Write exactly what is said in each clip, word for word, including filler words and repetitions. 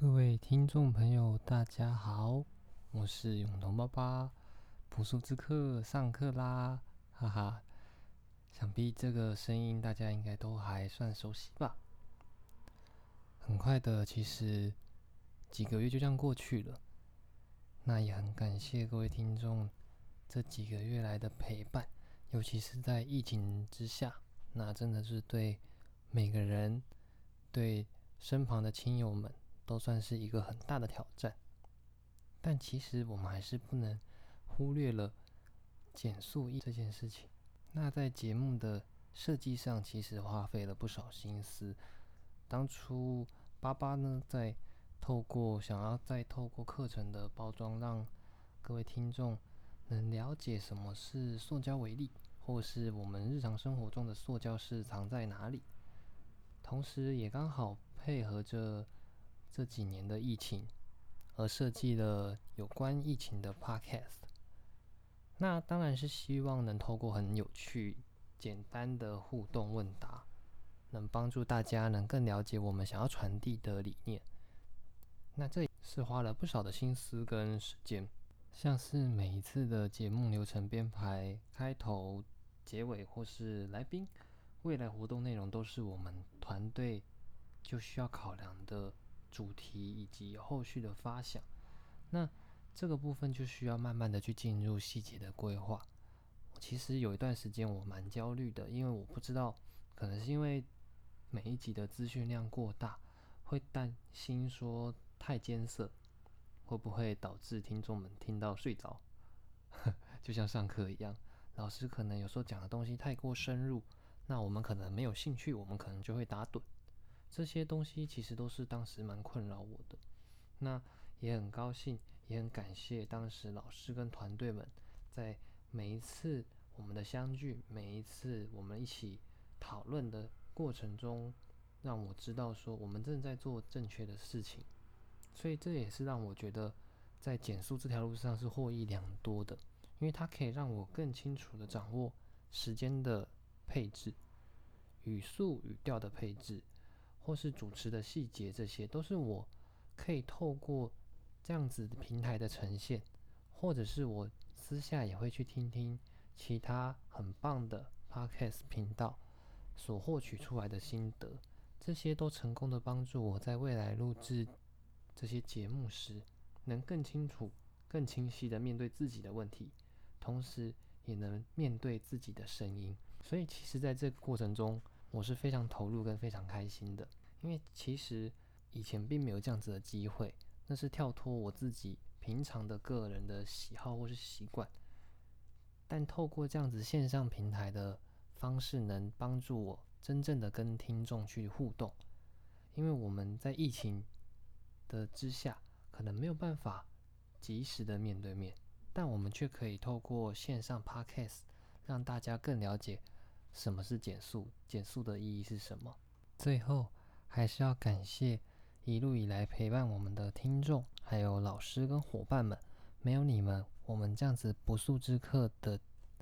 各位听众朋友，大家好，我是永彤爸爸。朴素之课上课啦，哈哈！想必这个声音大家应该都还算熟悉吧？很快的，其实几个月就这样过去了。那也很感谢各位听众这几个月来的陪伴，尤其是在疫情之下，那真的是对每个人、对身旁的亲友们都算是一个很大的挑战。但其实我们还是不能忽略了减速这件事情。那在节目的设计上，其实花费了不少心思。当初爸爸呢，在透过想要再透过课程的包装，让各位听众能了解什么是塑胶微粒，或是我们日常生活中的塑胶是藏在哪里。同时，也刚好配合着这几年的疫情，而设计了有关疫情的 podcast。那当然是希望能透过很有趣、简单的互动问答，能帮助大家能更了解我们想要传递的理念。那这也是花了不少的心思跟时间，像是每一次的节目流程编排、开头、结尾或是来宾，未来活动内容都是我们团队就需要考量的主题以及后续的发想。那这个部分就需要慢慢的去进入细节的规划。其实有一段时间我蛮焦虑的，因为我不知道，可能是因为每一集的资讯量过大，会担心说太艰涩，会不会导致听众们听到睡着？就像上课一样，老师可能有时候讲的东西太过深入，那我们可能没有兴趣，我们可能就会打盹。这些东西其实都是当时蛮困扰我的。那也很高兴，也很感谢当时老师跟团队们在每一次我们的相聚，每一次我们一起讨论的过程中，让我知道说我们正在做正确的事情。所以这也是让我觉得在减速这条路上是获益良多的，因为它可以让我更清楚的掌握时间的配置、语速语调的配置，或是主持的细节，这些都是我可以透过这样子平台的呈现，或者是我私下也会去听听其他很棒的 podcast 频道所获取出来的心得，这些都成功的帮助我在未来录制这些节目时，能更清楚、更清晰的面对自己的问题，同时也能面对自己的声音。所以其实在这个过程中，我是非常投入跟非常开心的，因为其实以前并没有这样子的机会，那是跳脱我自己平常的个人的喜好或是习惯，但透过这样子线上平台的方式，能帮助我真正的跟听众去互动。因为我们在疫情的之下，可能没有办法及时的面对面，但我们却可以透过线上 podcast 让大家更了解什么是减速，减速的意义是什么。最后还是要感谢一路以来陪伴我们的听众，还有老师跟伙伴们，没有你们，我们这样子不速之客的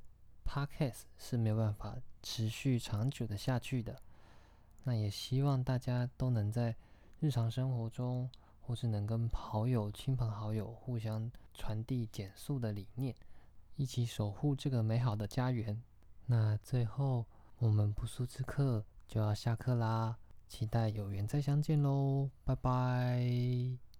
podcast 是没有办法持续长久的下去的。那也希望大家都能在日常生活中，或是能跟好友、亲朋好友互相传递减速的理念，一起守护这个美好的家园。那最后，我们不速之客就要下课啦，期待有缘再相见喽，拜拜。